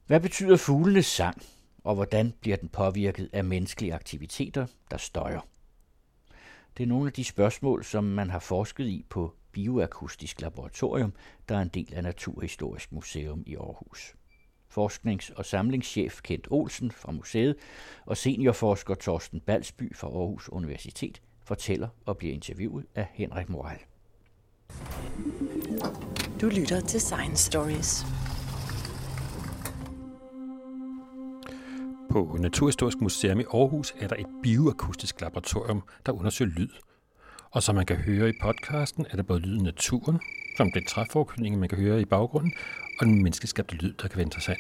Hvad betyder fuglenes sang, og hvordan bliver den påvirket af menneskelige aktiviteter, der støjer? Det er nogle af de spørgsmål, som man har forsket i på Bioakustisk Laboratorium, der er en del af Naturhistorisk Museum i Aarhus. Forsknings- og samlingschef Kent Olsen fra museet og seniorforsker Torsten Balsby fra Aarhus Universitet fortæller og bliver interviewet af Henrik Moral. Du lytter til Science Stories. På Naturhistorisk Museum i Aarhus er der et bioakustisk laboratorium, der undersøger lyd. Og som man kan høre i podcasten, er der både lyden af naturen, som den træforkylning, man kan høre i baggrunden, og den menneskeskabte lyd, der kan være interessant.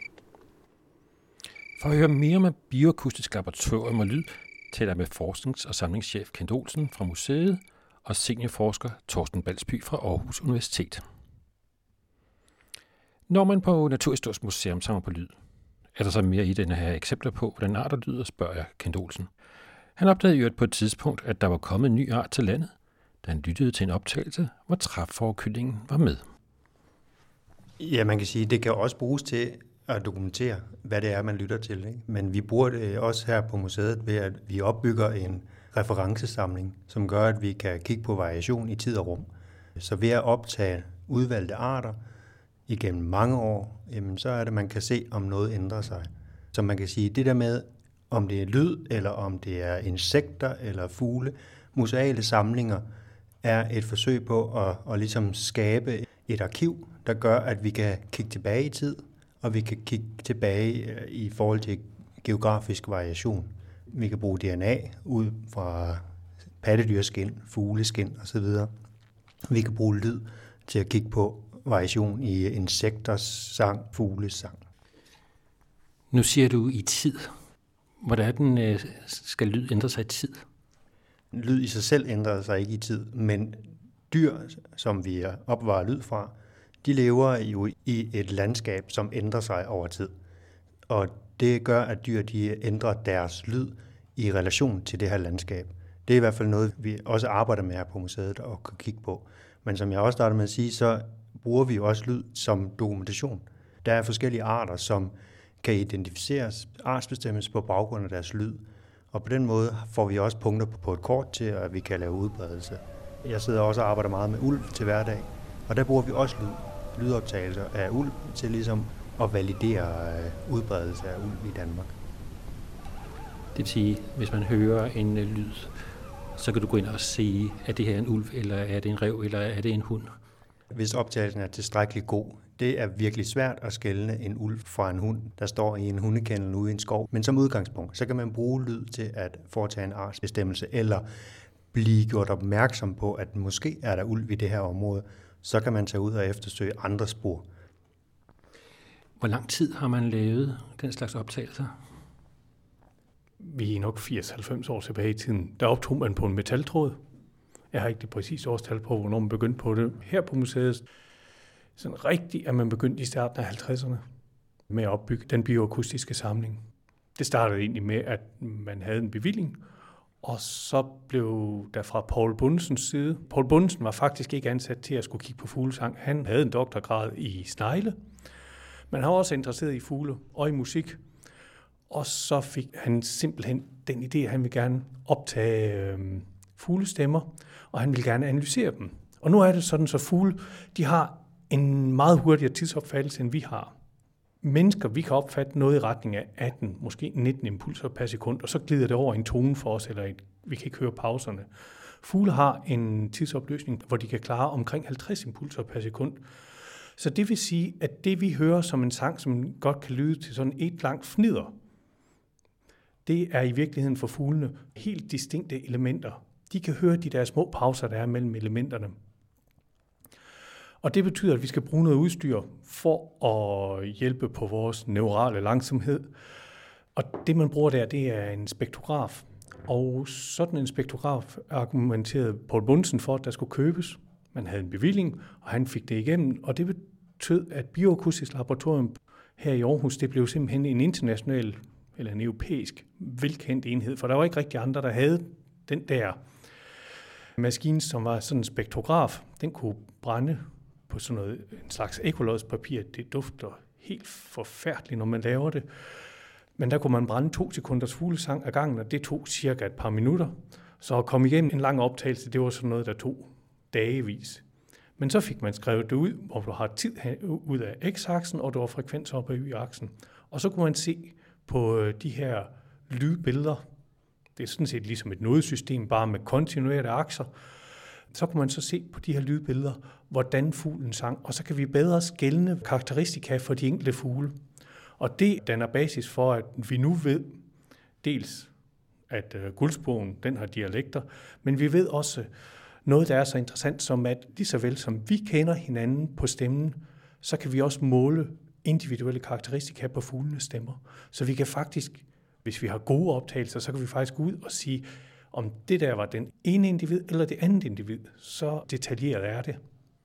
For at høre mere om et bioakustisk laboratorium og lyd, taler jeg med forsknings- og samlingschef Kent Olsen fra museet og seniorforsker Torsten Balsby fra Aarhus Universitet. Når man på Naturhistorisk Museum samler på lyd, er der så mere i den her eksempler på, hvordan arter lyder, spørger jeg Kent Olsen. Han opdagede jo på et tidspunkt, at der var kommet en ny art til landet, da han lyttede til en optagelse, hvor træforkyllingen var med. Ja, man kan sige, at det kan også bruges til at dokumentere, hvad det er, man lytter til. Ikke? Men vi bruger det også her på museet ved, at vi opbygger en referencesamling, som gør, at vi kan kigge på variation i tid og rum. Så ved at optage udvalgte arter igennem mange år, jamen, så er det, man kan se, om noget ændrer sig. Så man kan sige, det der med, om det er lyd, eller om det er insekter eller fugle, museale samlinger er et forsøg på at ligesom skabe et arkiv, der gør, at vi kan kigge tilbage i tid, og vi kan kigge tilbage i forhold til geografisk variation. Vi kan bruge DNA ud fra pattedyrskin, fugleskin osv. Vi kan bruge lyd til at kigge på variation i insekters sang, fugles sang. Nu siger du i tid. Hvordan skal lyd ændre sig i tid? Lyd i sig selv ændrer sig ikke i tid, men dyr, som vi opvarer lyd fra, de lever jo i et landskab, som ændrer sig over tid. Og det gør, at dyr de ændrer deres lyd i relation til det her landskab. Det er i hvert fald noget, vi også arbejder med her på museet og kan kigge på. Men som jeg også startede med at sige, så bruger vi også lyd som dokumentation. Der er forskellige arter, som kan identificeres, artsbestemmes på baggrund af deres lyd. Og på den måde får vi også punkter på et kort til, at vi kan lave udbredelse. Jeg sidder også og arbejder meget med ulv til hverdag, og der bruger vi også lydoptagelser af ulv til ligesom at validere udbredelse af ulv i Danmark. Det vil sige, hvis man hører en lyd, så kan du gå ind og se, er det her en ulv, eller er det en ræv, eller er det en hund? Hvis optagelsen er tilstrækkeligt god, det er virkelig svært at skelne en ulv fra en hund, der står i en hundekendel ude i en skov. Men som udgangspunkt, så kan man bruge lyd til at foretage en artsbestemmelse, eller blive gjort opmærksom på, at måske er der ulv i det her område. Så kan man tage ud og eftersøge andre spor. Hvor lang tid har man lavet den slags optagelser? Vi er nok 80-90 år tilbage i tiden. Der optog man på en metaltråd. Jeg har ikke det præcise årstal på, hvornår man begyndte på det. Her på museet, sådan rigtigt, at man begyndte i starten af 50'erne med at opbygge den bioakustiske samling. Det startede egentlig med, at man havde en bevilling, og så blev der fra Poul Bundesens side. Poul Bundesen var faktisk ikke ansat til at skulle kigge på fuglesang. Han havde en doktorgrad i snegle, men han var også interesseret i fugle og i musik. Og så fik han simpelthen den idé, at han ville gerne optage fuglestemmer, og han ville gerne analysere dem. Og nu er det sådan, så fugle, de har en meget hurtigere tidsopfattelse, end vi har. Mennesker, vi kan opfatte noget i retning af 18, måske 19 impulser per sekund, og så glider det over i en tone for os, eller vi kan ikke høre pauserne. Fugle har en tidsopløsning, hvor de kan klare omkring 50 impulser per sekund. Så det vil sige, at det vi hører som en sang, som godt kan lyde til sådan et langt fnidder, det er i virkeligheden for fuglene helt distinkte elementer. De kan høre de der små pauser, der er mellem elementerne. Og det betyder, at vi skal bruge noget udstyr for at hjælpe på vores neurale langsomhed. Og det, man bruger der, det er en spektrograf. Og sådan en spektrograf argumenterede Poul Bundesen for, at der skulle købes. Man havde en bevilling, og han fik det igennem. Og det betød, at Bioakustisk Laboratorium her i Aarhus, det blev simpelthen en international eller en europæisk velkendt enhed. For der var ikke rigtig andre, der havde den der maskine, som var sådan en spektrograf. Den kunne brænde på sådan noget, en slags ekkolodspapir. Det dufter helt forfærdeligt, når man laver det. Men der kunne man brænde 2 sekunders fuglesang ad gangen, og det tog cirka et par minutter. Så at komme igennem en lang optagelse, det var sådan noget, der tog dagevis. Men så fik man skrevet det ud, hvor du har tid ud af x-aksen, og du har frekvens op af y-aksen. Og så kunne man se på de her lydbilleder, det er sådan set ligesom et nodesystem, bare med kontinuerlige akser, så kunne man så se på de her lydbilleder, hvordan fuglen sang, og så kan vi bedre skelne karakteristika for de enkelte fugle. Og det danner basis for, at vi nu ved dels, at guldsbogen, den har dialekter, men vi ved også noget, der er så interessant som, at lige så vel som vi kender hinanden på stemmen, så kan vi også måle individuelle karakteristika på fuglenes stemmer. Så vi kan faktisk, hvis vi har gode optagelser, så kan vi faktisk gå ud og sige, om det der var den ene individ eller det andet individ. Så detaljeret er det.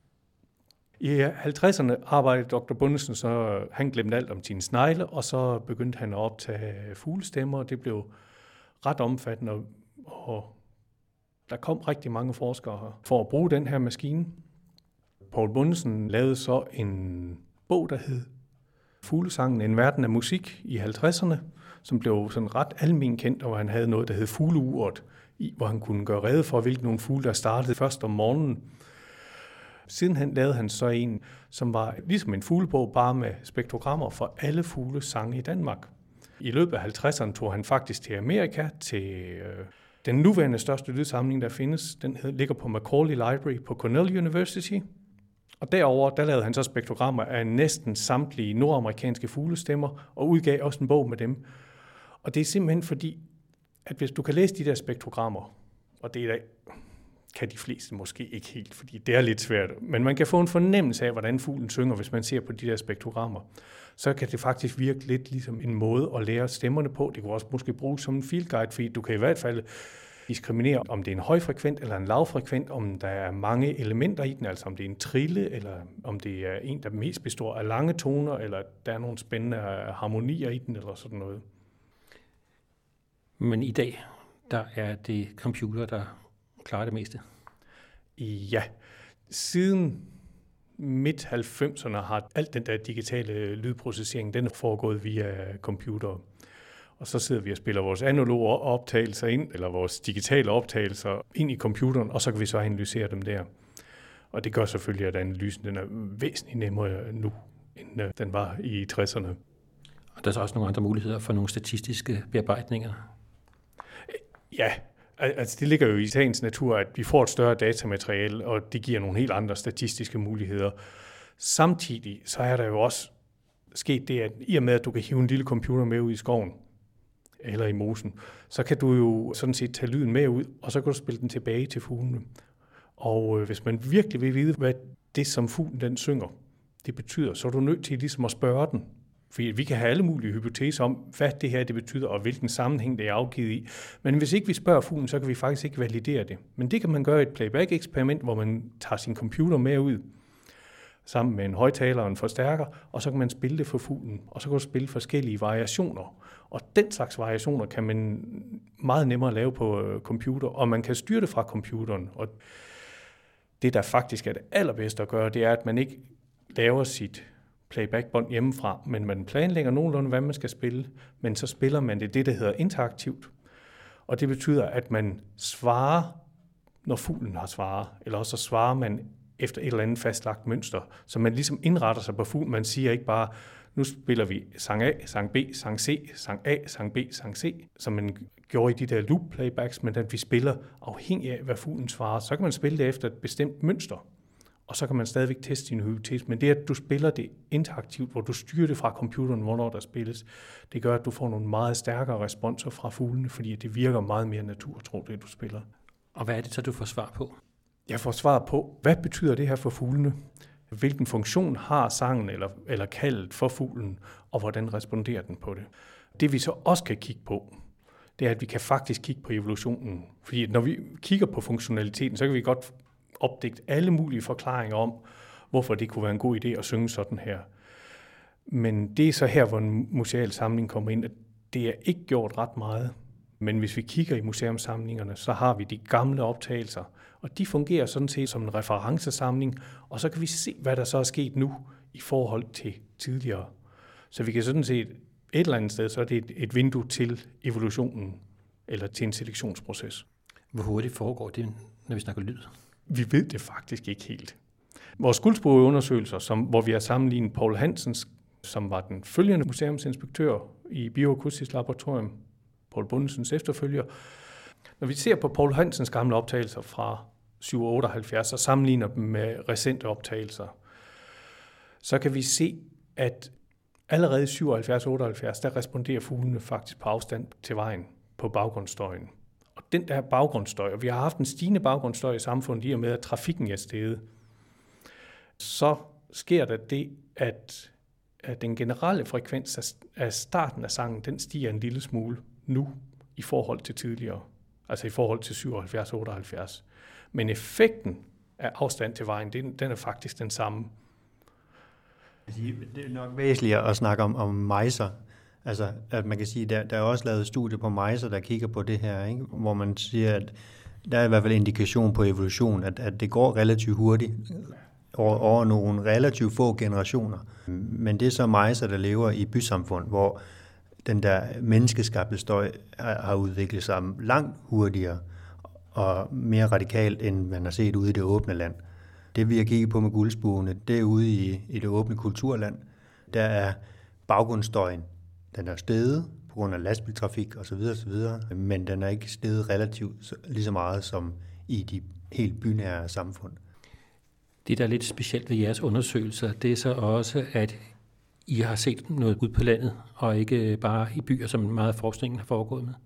I 50'erne arbejdede Dr. Bundesen, så han glemte alt om sine snegle, og så begyndte han at optage fuglestemmer, og det blev ret omfattende, og der kom rigtig mange forskere for at bruge den her maskine. Poul Bundesen lavede så en bog, der hed Fuglesangen, en verden af musik i 50'erne, som blev sådan ret almen kendt, og hvor han havde noget, der hed fugleuret, hvor han kunne gøre rede for, hvilke nogle fugle, der startede først om morgenen. Sidenhen lavede han så en, som var ligesom en fuglebog, bare med spektrogrammer for alle fuglesange i Danmark. I løbet af 50'erne tog han faktisk til Amerika, til den nuværende største lydsamling, der findes. Den ligger på Macaulay Library på Cornell University. Og derover der lavede han så spektrogrammer af næsten samtlige nordamerikanske fuglestemmer, og udgav også en bog med dem. Og det er simpelthen fordi, at hvis du kan læse de der spektrogrammer, og det er der, kan de fleste måske ikke helt, fordi det er lidt svært, men man kan få en fornemmelse af, hvordan fuglen synger, hvis man ser på de der spektrogrammer. Så kan det faktisk virke lidt ligesom en måde at lære stemmerne på. Det kan også måske bruges som en field guide, fordi du kan i hvert fald diskriminere, om det er en højfrekvent eller en lavfrekvent, om der er mange elementer i den, altså om det er en trille, eller om det er en, der mest består af lange toner, eller der er nogle spændende harmonier i den, eller sådan noget. Men i dag, der er det computer, der klarer det meste? Ja. Siden midt-90'erne har alt den der digitale lydprocessering, den er foregået via computer. Og så sidder vi og spiller vores analoge optagelser ind, eller vores digitale optagelser ind i computeren, og så kan vi så analysere dem der. Og det gør selvfølgelig, at analysen den er væsentligt nemmere nu, end den var i 60'erne. Og der er så også nogle andre muligheder for nogle statistiske bearbejdninger? Ja, altså det ligger jo i sagens natur, at vi får et større datamateriale, og det giver nogle helt andre statistiske muligheder. Samtidig så er der jo også sket det, at i og med, at du kan hive en lille computer med ud i skoven, eller i mosen, så kan du jo sådan set tage lyden med ud, og så kan du spille den tilbage til fuglene. Og hvis man virkelig vil vide, hvad det som fuglen den synger, det betyder, så er du nødt til ligesom at spørge den. For vi kan have alle mulige hypoteser om, hvad det her det betyder, og hvilken sammenhæng det er afgivet i. Men hvis ikke vi spørger fuglen, så kan vi faktisk ikke validere det. Men det kan man gøre i et playback-eksperiment, hvor man tager sin computer med ud, sammen med en højtaler og en forstærker, og så kan man spille det for fuglen, og så kan du spille forskellige variationer. Og den slags variationer kan man meget nemmere lave på computer, og man kan styre det fra computeren. Og det, der faktisk er det allerbedste at gøre, det er, at man ikke laver sit playbackbånd hjemmefra, men man planlægger nogenlunde, hvad man skal spille, men så spiller man det, der hedder interaktivt. Og det betyder, at man svarer, når fuglen har svaret, eller også så svarer man efter et eller andet fastlagt mønster, så man ligesom indretter sig på fuglen. Man siger ikke bare, nu spiller vi sang A, sang B, sang C, sang A, sang B, sang C, som man gjorde i de der loop playbacks, men at vi spiller afhængig af, hvad fuglen svarer. Så kan man spille det efter et bestemt mønster, og så kan man stadigvæk teste sin hypotese. Men det, at du spiller det interaktivt, hvor du styrer det fra computeren, hvornår der spilles, det gør, at du får nogle meget stærkere responser fra fuglene, fordi det virker meget mere naturtro, det du spiller. Og hvad er det så, du får svar på? Jeg får svar på, hvad betyder det her for fuglene? Hvilken funktion har sangen eller kaldet for fuglen, og hvordan responderer den på det? Det vi så også kan kigge på, det er, at vi kan faktisk kigge på evolutionen. Fordi når vi kigger på funktionaliteten, så kan vi godt opdægte alle mulige forklaringer om, hvorfor det kunne være en god idé at synge sådan her. Men det er så her, hvor en museal samling kommer ind, at det er ikke gjort ret meget. Men hvis vi kigger i museumssamlingerne, så har vi de gamle optagelser, og de fungerer sådan set som en referencesamling, og så kan vi se, hvad der så er sket nu i forhold til tidligere. Så vi kan sådan set et eller andet sted, så er det et vindue til evolutionen, eller til en selektionsproces. Hvor hurtigt foregår det, når vi snakker lyd? Vi ved det faktisk ikke helt. Vores guldsporeundersøgelser, hvor vi har sammenlignet Paul Hansens, som var den følgende museumsinspektør i Bioakustisk Laboratorium, Paul Bundesens efterfølger. Når vi ser på Paul Hansens gamle optagelser fra 78 og sammenligner dem med recente optagelser, så kan vi se, at allerede i 77-78, der responderer fuglene faktisk på afstand til vejen på baggrundsstøjen. Og den der baggrundsstøj, og vi har haft en stigende baggrundsstøj i samfundet i og med, at trafikken er steget, så sker der det, at den generelle frekvens af starten af sangen, den stiger en lille smule nu i forhold til tidligere, altså i forhold til 77-78. Men effekten af afstand til vejen, den er faktisk den samme. Det er nok væsentligt at snakke om mejser. Altså, at man kan sige, der er også lavet studier på mejser, der kigger på det her, ikke? Hvor man siger, at der er i hvert fald indikation på evolution, at det går relativt hurtigt over nogle relativt få generationer. Men det er så mejser, der lever i bysamfund, hvor den der menneskeskabte støj har udviklet sig langt hurtigere og mere radikalt, end man har set ude i det åbne land. Det vi har kigget på med guldspurvene, det er ude i det åbne kulturland. Der er baggrundsstøjen, den er steget på grund af lastbiltrafik osv., men den er ikke steget relativt lige så meget som i de helt bynære samfund. Det, der er lidt specielt ved jeres undersøgelser, det er så også, at I har set noget ud på landet, og ikke bare i byer, som meget af forskningen har foregået med.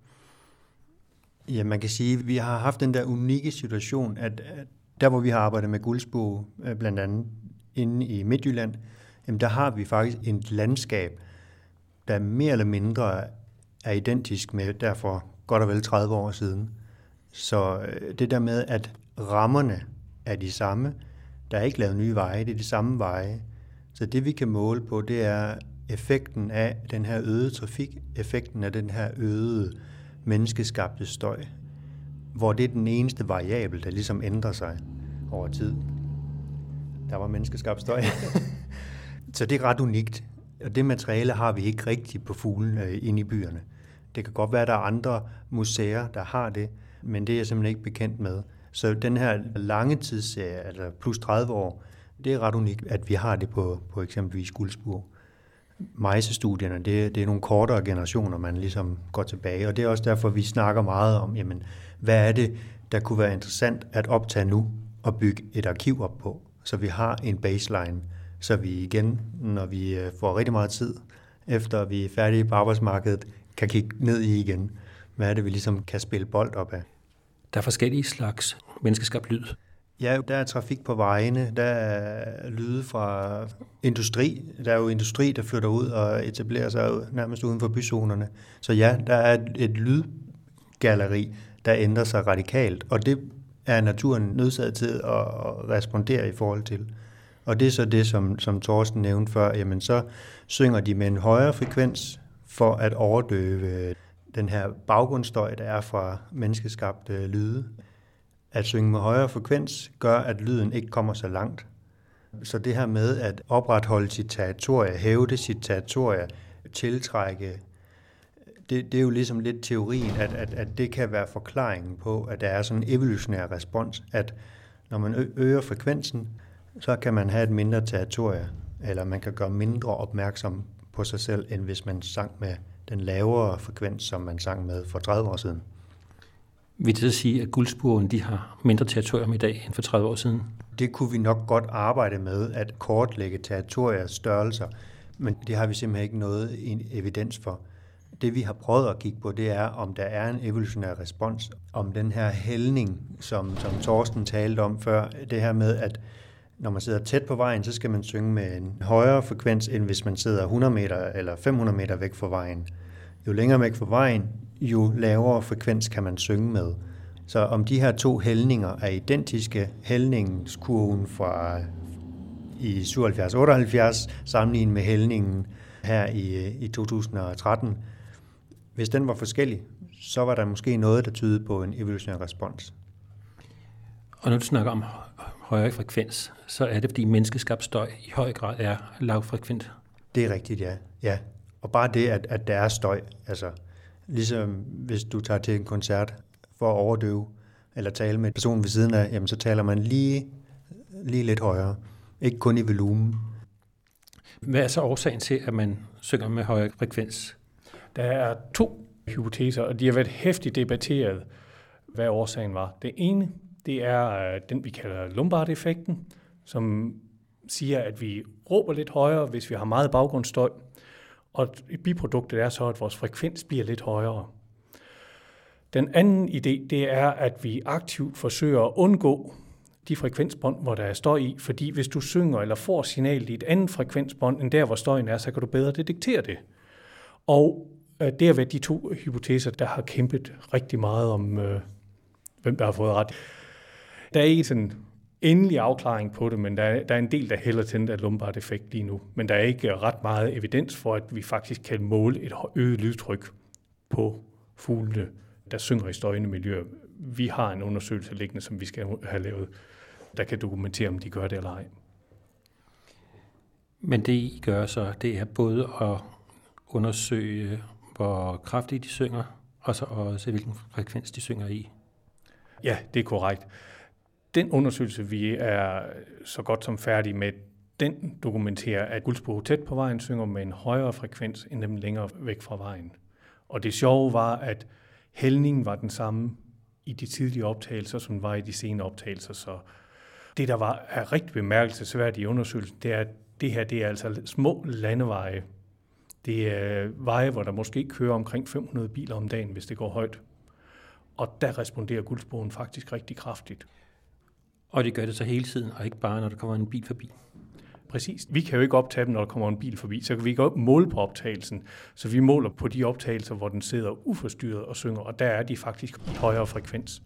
Ja, man kan sige, at vi har haft den der unikke situation, at der, hvor vi har arbejdet med guldspurve, blandt andet inde i Midtjylland, jamen der har vi faktisk et landskab, der mere eller mindre er identisk med derfor godt og vel 30 år siden. Så det der med, at rammerne er de samme, der er ikke lavet nye veje, det er de samme veje. Så det vi kan måle på, det er effekten af den her øgede trafik, effekten af den her øgede menneskeskabte støj, hvor det er den eneste variabel, der ligesom ændrer sig over tid. Der var menneskeskabt støj. Så det er ret unikt. Og det materiale har vi ikke rigtigt på fuglene inde i byerne. Det kan godt være, at der er andre museer, der har det, men det er jeg simpelthen ikke bekendt med. Så den her lange tidsserie, altså plus 30 år, det er ret unikt, at vi har det på eksempelvis guldspurve. Mejsestudierne, det er nogle kortere generationer, man ligesom går tilbage, og det er også derfor, vi snakker meget om, jamen, hvad er det, der kunne være interessant at optage nu og bygge et arkiv op på, så vi har en baseline, så vi igen, når vi får rigtig meget tid, efter vi er færdige på arbejdsmarkedet, kan kigge ned i igen. Hvad er det, vi ligesom kan spille bold op af? Der er forskellige slags menneskeskabt lyd. Ja, der er trafik på vejene, der er lyde fra industri. Der er jo industri, der flytter ud og etablerer sig nærmest uden for byzonerne. Så ja, der er et lydgalleri, der ændrer sig radikalt, og det er naturen nødsaget til at respondere i forhold til. Og det er så det, som Torsten nævnte før, jamen så synger de med en højere frekvens for at overdøve den her baggrundsstøj, der er fra menneskeskabte lyde. At synge med højere frekvens gør, at lyden ikke kommer så langt. Så det her med at opretholde sit territorie, hævde sit territorie, tiltrække, det er jo ligesom lidt teorien, at det kan være forklaringen på, at der er sådan en evolutionær respons, at når man øger frekvensen, så kan man have et mindre territorie, eller man kan gøre mindre opmærksom på sig selv, end hvis man sang med den lavere frekvens, som man sang med for 30 år siden. Vil det sige, at guldspurven de har mindre territorium i dag end for 30 år siden? Det kunne vi nok godt arbejde med, at kortlægge territoriers størrelser, men det har vi simpelthen ikke noget evidens for. Det vi har prøvet at kigge på, det er, om der er en evolutionær respons, om den her hældning, som Torsten talte om før, det her med, at når man sidder tæt på vejen, så skal man synge med en højere frekvens, end hvis man sidder 100 meter eller 500 meter væk fra vejen. Jo længere væk fra vejen, jo lavere frekvens kan man synge med. Så om de her to hældninger er identiske, hældningskurven fra i 77-78 sammenlignet med hældningen her i 2013, hvis den var forskellig, så var der måske noget, der tydede på en evolutionær respons. Og når du snakker om højere frekvens, så er det, fordi menneskeskabt støj i høj grad er lavfrekvent. Det er rigtigt, ja. Ja. Og bare det, at der er støj, altså ligesom hvis du tager til en koncert for at overdøve, eller tale med personen ved siden af, jamen så taler man lige lidt højere. Ikke kun i volumen. Hvad er så årsagen til, at man synger med højere frekvens? Der er 2 hypoteser, og de har været hæftigt debatteret, hvad årsagen var. Det ene, det er den, vi kalder Lombard-effekten, som siger, at vi råber lidt højere, hvis vi har meget baggrundsstøj, og biproduktet er så, at vores frekvens bliver lidt højere. Den anden idé, det er, at vi aktivt forsøger at undgå de frekvensbånd, hvor der er støj i, fordi hvis du synger eller får signalet i et andet frekvensbånd, end der, hvor støjen er, så kan du bedre detektere det. Og det har været de 2 hypoteser, der har kæmpet rigtig meget om, hvem der har fået ret. Der er ikke sådan endelig afklaring på det, men der er en del, der hælder til den der Lombard-effekt lige nu. Men der er ikke ret meget evidens for, at vi faktisk kan måle et øget lydtryk på fuglene, der synger i støjende miljøer. Vi har en undersøgelse liggende, som vi skal have lavet, der kan dokumentere, om de gør det eller ej. Men det I gør så, det er både at undersøge, hvor kraftigt de synger, og så også hvilken frekvens de synger i. Ja, det er korrekt. Den undersøgelse, vi er så godt som færdige med, den dokumenterer, at guldsprog tæt på vejen synger med en højere frekvens end dem længere væk fra vejen. Og det sjove var, at hældningen var den samme i de tidlige optagelser, som den var i de senere optagelser. Så det, der er rigtig bemærkelsesværdigt i undersøgelsen, det er, at det her det er altså små landeveje. Det er veje, hvor der måske kører omkring 500 biler om dagen, hvis det går højt. Og der responderer guldsprogen faktisk rigtig kraftigt. Og de gør det så hele tiden, og ikke bare, når der kommer en bil forbi. Præcis. Vi kan jo ikke optage dem, når der kommer en bil forbi, så kan vi ikke måle på optagelsen. Så vi måler på de optagelser, hvor den sidder uforstyrret og synger, og der er de faktisk i højere frekvens.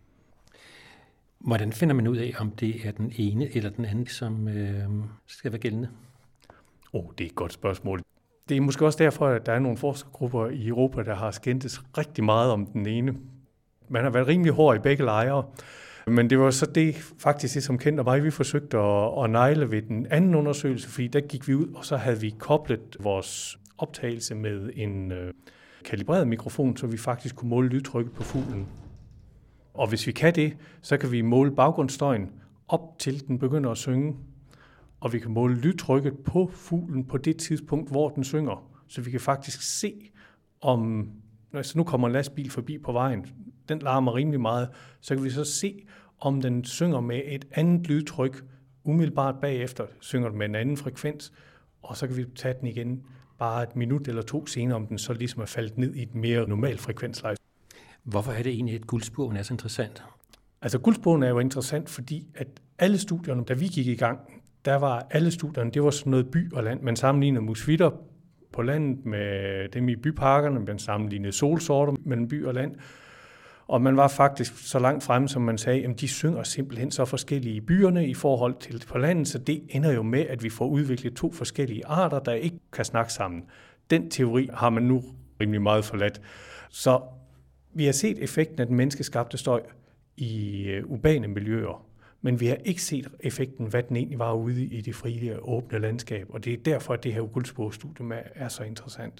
Hvordan finder man ud af, om det er den ene eller den anden, som skal være gældende? Det er et godt spørgsmål. Det er måske også derfor, at der er nogle forskergrupper i Europa, der har skændtes rigtig meget om den ene. Man har været rimelig hård i begge lejre. Men det var så det, faktisk det, som Kent og mig, vi forsøgte at negle ved den anden undersøgelse, fordi der gik vi ud, og så havde vi koblet vores optagelse med en kalibreret mikrofon, så vi faktisk kunne måle lydtrykket på fuglen. Og hvis vi kan det, så kan vi måle baggrundsstøjen op til den begynder at synge, og vi kan måle lydtrykket på fuglen på det tidspunkt, hvor den synger. Så vi kan faktisk se, om nu kommer en lastbil forbi på vejen, den larmer rimelig meget, så kan vi så se, om den synger med et andet lydtryk, umiddelbart bagefter synger den med en anden frekvens, og så kan vi tage den igen bare et minut eller 2 senere, om den så ligesom er faldet ned i et mere normalt frekvensleje. Hvorfor er det egentlig, at guldspurven er så interessant? Altså guldspurven er jo interessant, fordi at alle studierne, da vi gik i gang, der var alle studierne, det var sådan noget by og land. Man sammenlignede musvitter på landet med dem i byparkerne, man sammenlignede solsorter mellem by og land. Og man var faktisk så langt fremme, som man sagde, at de synger simpelthen så forskellige i byerne i forhold til på landet, så det ender jo med, at vi får udviklet 2 forskellige arter, der ikke kan snakke sammen. Den teori har man nu rimelig meget forladt. Så vi har set effekten af den menneskeskabte støj i urbane miljøer, men vi har ikke set effekten, hvad den egentlig var ude i det frie og åbne landskab, og det er derfor, at det her guldspurvestudium er så interessant.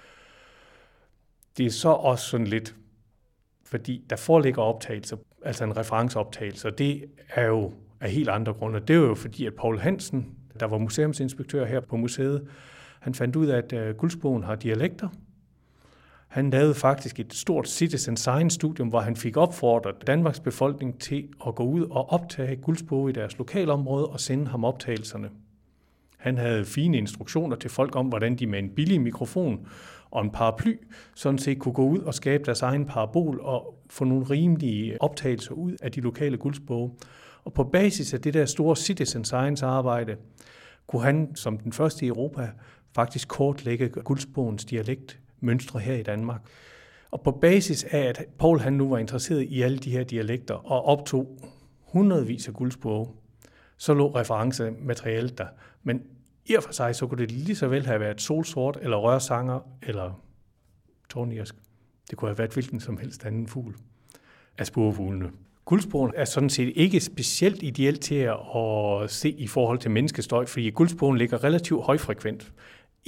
Det er så også sådan lidt, fordi der foreligger optagelser, altså en referenceoptagelse, og det er jo af helt andre grunde. Det er jo fordi, at Paul Hansen, der var museumsinspektør her på museet, han fandt ud af, at guldspurven har dialekter. Han lavede faktisk et stort citizen science-studium, hvor han fik opfordret Danmarks befolkning til at gå ud og optage guldspurve i deres lokalområde og sende ham optagelserne. Han havde fine instruktioner til folk om, hvordan de med en billig mikrofon og en paraply sådan set kunne gå ud og skabe deres egen parabol og få nogle rimelige optagelser ud af de lokale guldspurve. Og på basis af det der store citizen science arbejde, kunne han som den første i Europa faktisk kortlægge guldspurvens dialektmønstre her i Danmark. Og på basis af, at Paul han nu var interesseret i alle de her dialekter og optog hundredvis af guldspurve, så lå referencematerialet der. Men i og for sig, så kunne det lige så vel have været solsort, eller rørsanger, eller tårnirsk. Det kunne have været hvilken som helst anden fugl af spurvefuglene. Guldspurven er sådan set ikke specielt ideelt til at se i forhold til menneskestøj, fordi guldspurven ligger relativt højfrekvent.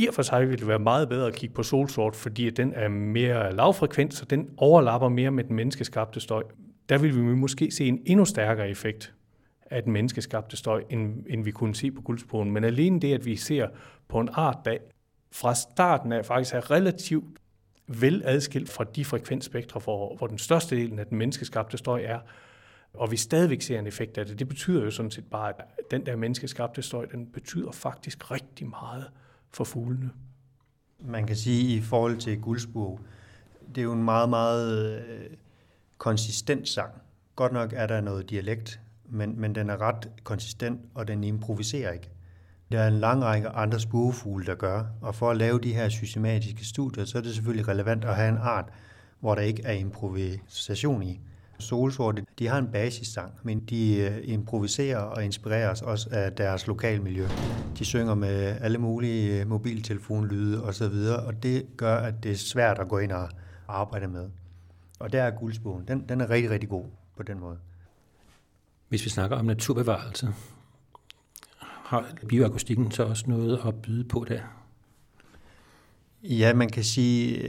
I og for sig vil det være meget bedre at kigge på solsort, fordi den er mere lavfrekvent, så den overlapper mere med den menneskeskabte støj. Der vil vi måske se en endnu stærkere effekt af den menneskeskabte støj, end vi kunne se på guldsporen. Men alene det, at vi ser på en art, der fra starten af faktisk er relativt vel adskilt fra de frekvensspektre, hvor den største del af den menneskeskabte støj er, og vi stadigvæk ser en effekt af det. Det betyder jo sådan set bare, at den der menneskeskabte støj, den betyder faktisk rigtig meget for fuglene. Man kan sige, i forhold til guldspurv, det er jo en meget, meget konsistent sang. Godt nok er der noget dialekt, men den er ret konsistent, og den improviserer ikke. Der er en lang række andre spurvefugle, der gør, og for at lave de her systematiske studier, så er det selvfølgelig relevant at have en art, hvor der ikke er improvisation i. Solsorte, de har en basissang, men de improviserer og inspireres også af deres lokalmiljø. De synger med alle mulige mobiltelefonlyde osv., og det gør, at det er svært at gå ind og arbejde med. Og der er guldspurven. Den er rigtig, rigtig god på den måde. Hvis vi snakker om naturbevarelse, har bioakustikken så også noget at byde på der? Ja, man kan sige,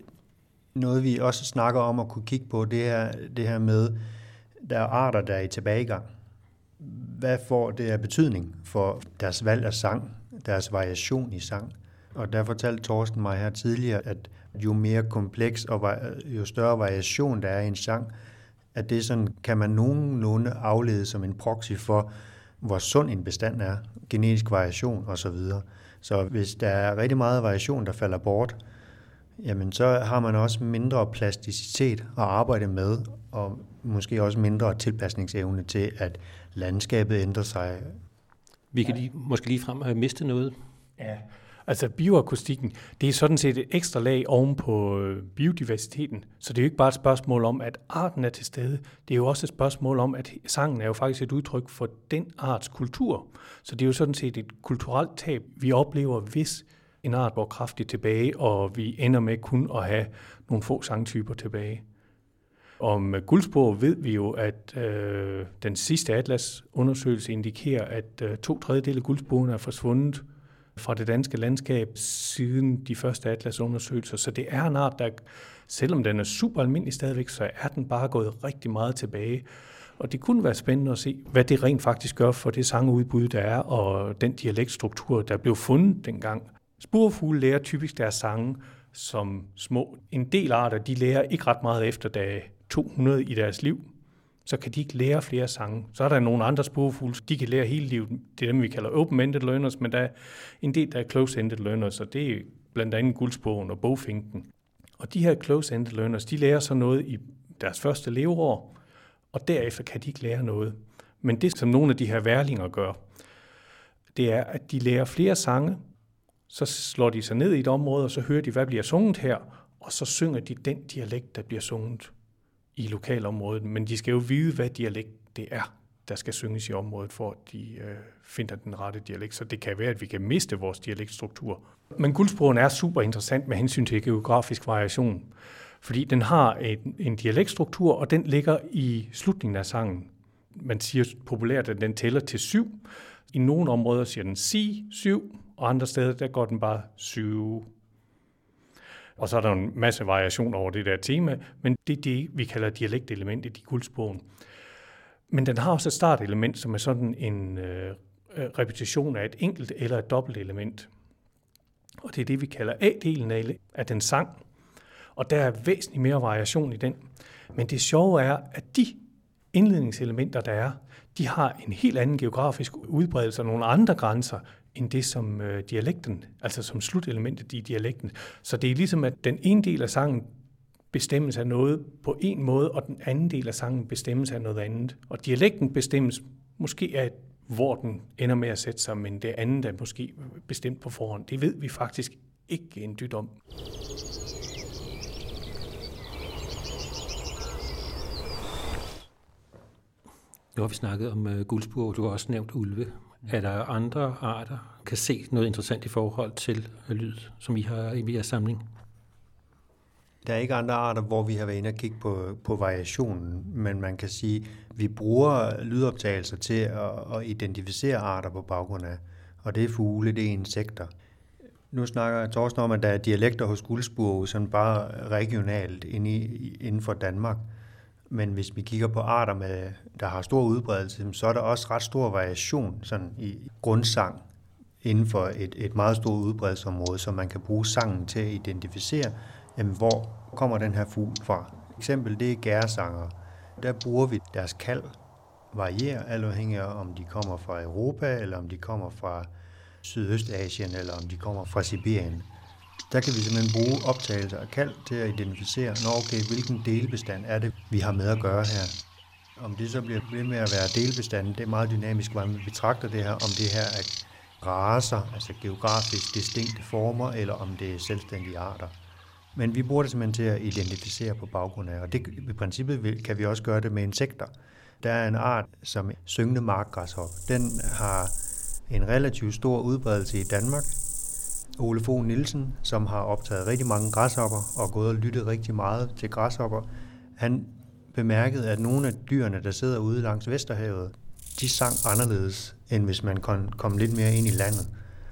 noget vi også snakker om at kunne kigge på, det er det her med, der er arter, der er i tilbagegang. Hvad får det af betydning for deres valg af sang, deres variation i sang? Og der fortalte Torsten mig her tidligere, at jo mere kompleks og jo større variation der er i en sang, at det sådan, kan man nogenlunde aflede som en proxy for, hvor sund en bestand er, genetisk variation osv. Så hvis der er rigtig meget variation, der falder bort, jamen så har man også mindre plasticitet at arbejde med, og måske også mindre tilpasningsevne til, at landskabet ændrer sig. Vi kan måske lige frem have mistet noget. Ja, altså bioakustikken, det er sådan set et ekstra lag oven på biodiversiteten. Så det er jo ikke bare et spørgsmål om, at arten er til stede. Det er jo også et spørgsmål om, at sangen er jo faktisk et udtryk for den arts kultur. Så det er jo sådan set et kulturelt tab, vi oplever, hvis en art går kraftigt tilbage, og vi ender med kun at have nogle få sangtyper tilbage. Om guldspurv ved vi jo, at den sidste atlasundersøgelse indikerer, at 2/3 af guldspurvene er forsvundet fra det danske landskab siden de første atlasundersøgelser. Så det er en art, der, selvom den er super almindelig stadigvæk, så er den bare gået rigtig meget tilbage. Og det kunne være spændende at se, hvad det rent faktisk gør for det sangudbud, der er, og den dialektstruktur, der blev fundet dengang. Spurvefugle lærer typisk deres sange som små. En del arter, de lærer ikke ret meget efter dag 200 i deres liv. Så kan de ikke lære flere sange. Så er der nogle andre spurvefugle, de kan lære hele livet. Det er dem, vi kalder open-ended learners, men der er en del, der er close-ended learners, og det er blandt andet guldspurven og bogfinken. Og de her close-ended learners, de lærer så noget i deres første leveår, og derefter kan de ikke lære noget. Men det, som nogle af de her værlinger gør, det er, at de lærer flere sange, så slår de sig ned i et område, og så hører de, hvad bliver sunget her, og så synger de den dialekt, der bliver sunget i lokalområdet. Men de skal jo vide, hvad dialekt det er, der skal synges i området, for at de finder den rette dialekt. Så det kan være, at vi kan miste vores dialektstruktur. Men guldspurven er super interessant med hensyn til geografisk variation, fordi den har en dialektstruktur, og den ligger i slutningen af sangen. Man siger populært, at den tæller til 7. I nogle områder siger den 7, og andre steder, der går den bare 7. Og så er der en masse variation over det der tema, men det er det, vi kalder dialektelementet i guldspurven. Men den har også et startelement, som er sådan en repetition af et enkelt eller et dobbelt element. Og det er det, vi kalder A-delen af den sang. Og der er væsentligt mere variation i den. Men det sjove er, at de indledningselementer, der er, de har en helt anden geografisk udbredelse og nogle andre grænser, end det som dialekten, altså som slutelementet i dialekten. Så det er ligesom, at den ene del af sangen bestemmes af noget på en måde, og den anden del af sangen bestemmes af noget andet. Og dialekten bestemmes måske af, hvor den ender med at sætte sig, men det andet er måske bestemt på forhånd. Det ved vi faktisk ikke en dyt om. Nu har vi snakket om guldspurv, du har også nævnt ulve. Er der andre arter, kan se noget interessant i forhold til lyd, som I har i jeres samling? Der er ikke andre arter, hvor vi har været inde og kigge på variationen, men man kan sige, at vi bruger lydoptagelser til at identificere arter på baggrund af, og det er fugle, det er insekter. Nu snakker Torsten om, at der er dialekter hos guldsprog, sådan bare regionalt inden for Danmark. Men hvis vi kigger på arter, der har stor udbredelse, så er der også ret stor variation sådan i grundsang inden for et meget stort udbredelsesområde, så man kan bruge sangen til at identificere, jamen, hvor kommer den her fugl fra. Eksempel, det er gærsanger. Der bruger vi deres kald, varierer alt afhængig af, om de kommer fra Europa, eller om de kommer fra Sydøstasien, eller om de kommer fra Sibirien. Der kan vi simpelthen bruge optagelser af kald til at identificere, hvilken delbestand er det, vi har med at gøre her. Om det så bliver ved med at være delbestanden, det er meget dynamisk, hvordan vi betragter det her, om det her er racer, altså geografisk distinkte former, eller om det er selvstændige arter. Men vi bruger det simpelthen til at identificere på baggrund af, og det, i princippet kan vi også gøre det med insekter. Der er en art, som syngende markgræshoppe. Den har en relativt stor udbredelse i Danmark. Ole Fogh Nielsen, som har optaget rigtig mange græshopper og gået og lyttet rigtig meget til græshopper, han bemærkede, at nogle af dyrene, der sidder ude langs Vesterhavet, de sang anderledes, end hvis man kom lidt mere ind i landet.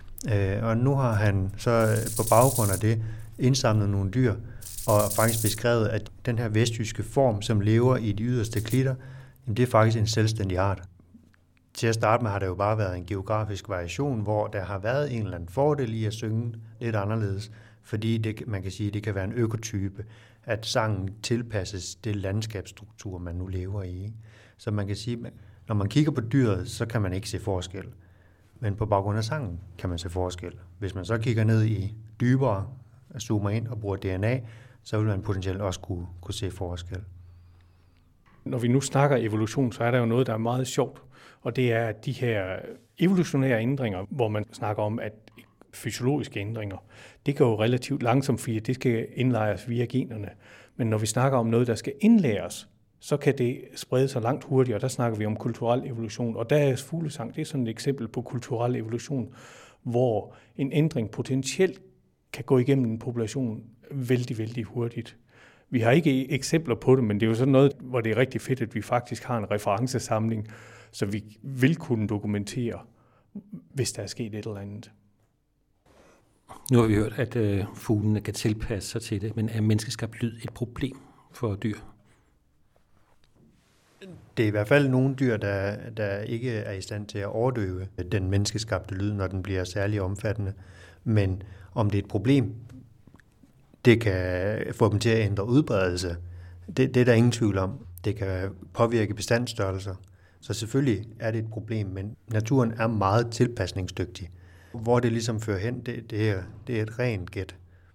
Og nu har han så på baggrund af det indsamlet nogle dyr, og faktisk beskrevet, at den her vestjyske form, som lever i de yderste klitter, det er faktisk en selvstændig art. Til at starte med har der jo bare været en geografisk variation, hvor der har været en eller anden fordel i at synge lidt anderledes, fordi man kan sige, at det kan være en økotype, at sangen tilpasses det landskabsstruktur, man nu lever i. Ikke? Så man kan sige, at når man kigger på dyret, så kan man ikke se forskel. Men på baggrund af sangen kan man se forskel. Hvis man så kigger ned i dybere, zoomer ind og bruger DNA, så vil man potentielt også kunne se forskel. Når vi nu snakker evolution, så er der jo noget, der er meget sjovt. Og det er de her evolutionære ændringer, hvor man snakker om, at fysiologiske ændringer, det går jo relativt langsomt, fordi det skal indlejres via generne. Men når vi snakker om noget, der skal indlæres, så kan det sprede sig langt hurtigere. Der snakker vi om kulturel evolution. Og der er fuglesang, det er sådan et eksempel på kulturel evolution, hvor en ændring potentielt kan gå igennem en population vældig, vældig hurtigt. Vi har ikke eksempler på det, men det er jo sådan noget, hvor det er rigtig fedt, at vi faktisk har en referencesamling, så vi vil kunne dokumentere, hvis der er sket et eller andet. Nu har vi hørt, at fuglene kan tilpasse sig til det, men er menneskeskabt lyd et problem for dyr? Det er i hvert fald nogle dyr, der ikke er i stand til at overdøve den menneskeskabte lyd, når den bliver særlig omfattende. Men om det er et problem, det kan få dem til at ændre udbredelse. Det er der ingen tvivl om. Det kan påvirke bestandsstørrelser. Så selvfølgelig er det et problem, men naturen er meget tilpasningsdygtig. Hvor det ligesom fører hen, det er et rent gæt.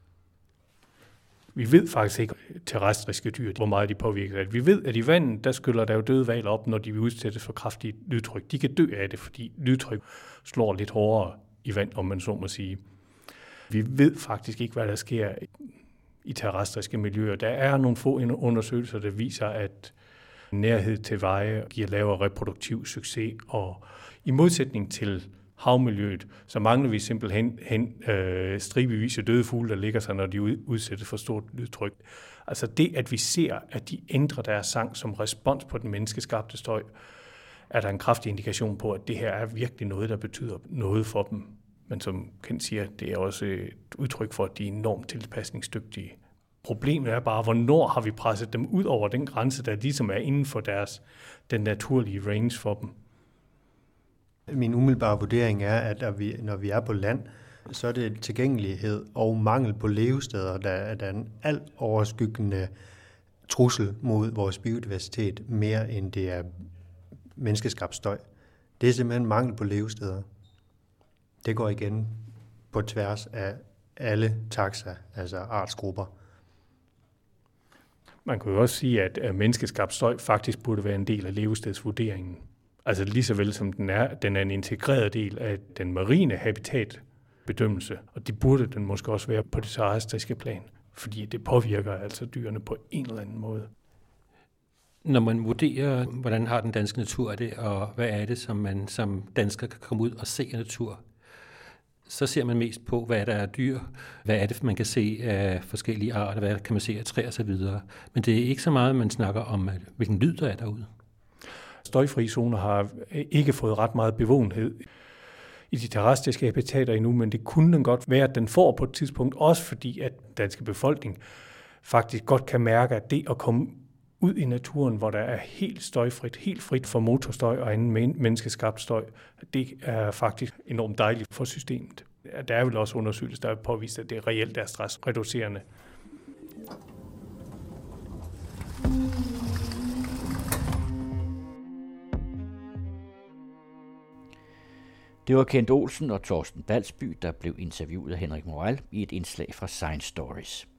Vi ved faktisk ikke terrestriske dyr, hvor meget de påvirker det. Vi ved, at i vandet, der skyller der jo døde hvaler op, når de udsættes for kraftigt lydtryk. De kan dø af det, fordi lydtryk slår lidt hårdere i vand, om man så må sige. Vi ved faktisk ikke, hvad der sker i terrestriske miljøer. Der er nogle få undersøgelser, der viser, at nærhed til veje giver lavere reproduktiv succes, og i modsætning til havmiljøet, så mangler vi simpelthen stribevis af døde fugle, der ligger sig, når de udsættes for stort lydtryk. Altså det, at vi ser, at de ændrer deres sang som respons på den menneskeskabte støj, er der en kraftig indikation på, at det her er virkelig noget, der betyder noget for dem. Men som Kent siger, det er også et udtryk for, at de er enormt tilpasningsdygtige. Problemet er bare, hvornår har vi presset dem ud over den grænse, der ligesom er inden for den naturlige range for dem. Min umiddelbare vurdering er, at når vi er på land, så er det tilgængelighed og mangel på levesteder, der er en alt overskyggende trussel mod vores biodiversitet, mere end det er menneskeskabt støj. Det er simpelthen mangel på levesteder. Det går igen på tværs af alle taxa, altså artsgrupper. Man kan jo også sige, at menneskeskabt støj faktisk burde være en del af levestedsvurderingen. Altså lige så vel som den er en integreret del af den marine habitatbedømmelse, og det burde den måske også være på det terrestriske plan, fordi det påvirker altså dyrene på en eller anden måde. Når man vurderer, hvordan har den danske natur det, og hvad er det, som man som dansker kan komme ud og se af natur, så ser man mest på, hvad der er dyr, hvad er det, man kan se af forskellige arter, hvad kan man se af træer osv. Men det er ikke så meget, man snakker om, hvilken lyd der er derude. Støjfri zoner har ikke fået ret meget bevågenhed i de terrestriske habitater endnu, men det kunne den godt være, at den får på et tidspunkt, også fordi at den danske befolkning faktisk godt kan mærke, at det at komme ud i naturen, hvor der er helt støjfrit, helt frit for motorstøj og anden menneskeskabt støj, det er faktisk enormt dejligt for systemet. Der er vel også undersøgelser, der er påvist, at det reelt er stressreducerende. Det var Kent Olsen og Torsten Balsby, der blev interviewet af Henrik Morel i et indslag fra Science Stories.